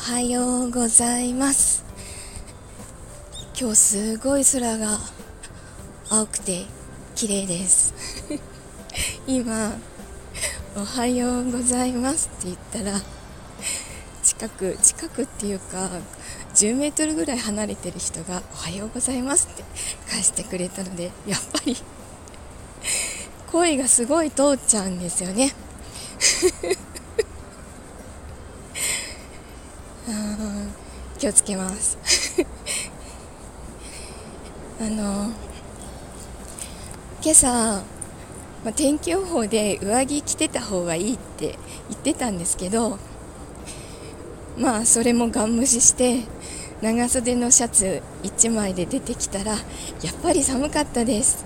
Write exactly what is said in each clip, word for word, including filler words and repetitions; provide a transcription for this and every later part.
はようございます。今日すごい空が青くて綺麗です今おはようございますって言ったら近く近くっていうかじゅうメートルぐらい離れてる人がおはようございますって返してくれたので、やっぱり声がすごい通っちゃうんですよねあ気をつけますあの今朝、まあ、天気予報で上着着てた方がいいって言ってたんですけど、まあそれもガン無視して長袖のシャツいちまいで出てきたらやっぱり寒かったです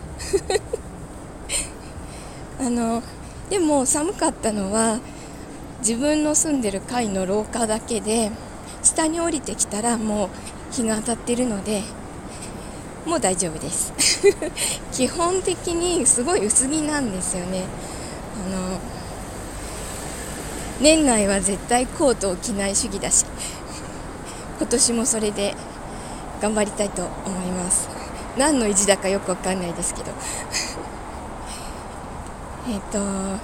あのでも寒かったのは自分の住んでる階の廊下だけで、下に降りてきたらもう日が当たってるのでもう大丈夫です基本的にすごい薄着なんですよね。あの年内は絶対コートを着ない主義だし、今年もそれで頑張りたいと思います。何の意地だかよくわかんないですけどえっと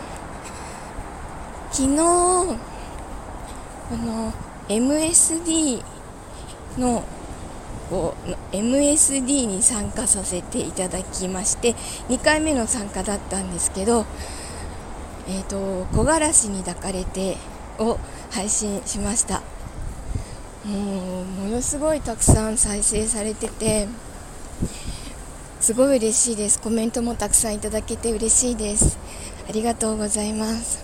昨日あの エムエスディー のを エムエスディー に参加させていただきまして、にかいめの参加だったんですけど、えーと木枯らしに抱かれてを配信しました。もうものすごいたくさん再生されててすごい嬉しいです。コメントもたくさんいただけて嬉しいです。ありがとうございます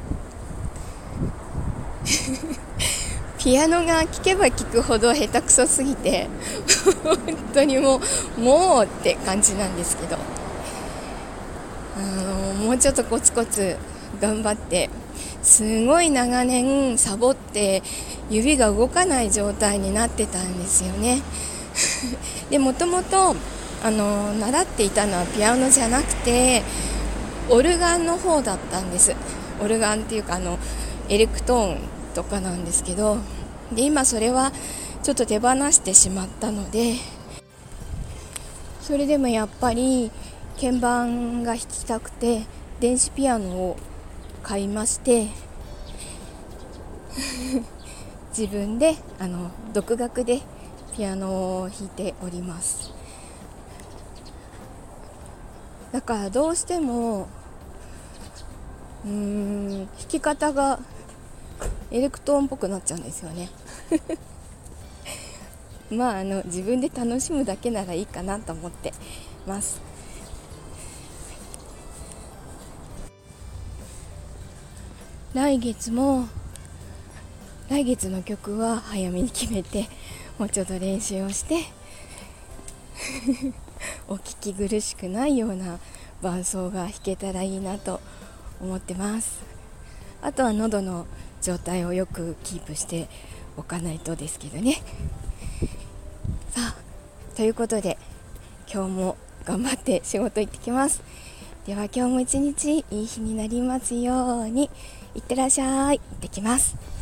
ピアノが聴けば聴くほど下手くそすぎて本当にもうもうって感じなんですけど、あのもうちょっとコツコツ頑張って、すごい長年サボって指が動かない状態になってたんですよねでもともとあの習っていたのはピアノじゃなくてオルガンの方だったんです。オルガンっていうかあのエレクトーンとかなんですけど、で今それはちょっと手放してしまったので、それでもやっぱり鍵盤が弾きたくて電子ピアノを買いまして自分であの独学でピアノを弾いております。だからどうしてもうーん弾き方がエレクトーンっぽくなっちゃうんですよねまああの自分で楽しむだけならいいかなと思ってます。来月も来月の曲は早めに決めてもうちょっと練習をしてお聞き苦しくないような伴奏が弾けたらいいなと思ってます。あとは喉の状態をよくキープしておかないとですけどね。さあということで今日も頑張って仕事行ってきます。では今日も一日いい日になりますように。いってらっしゃい。行ってきます。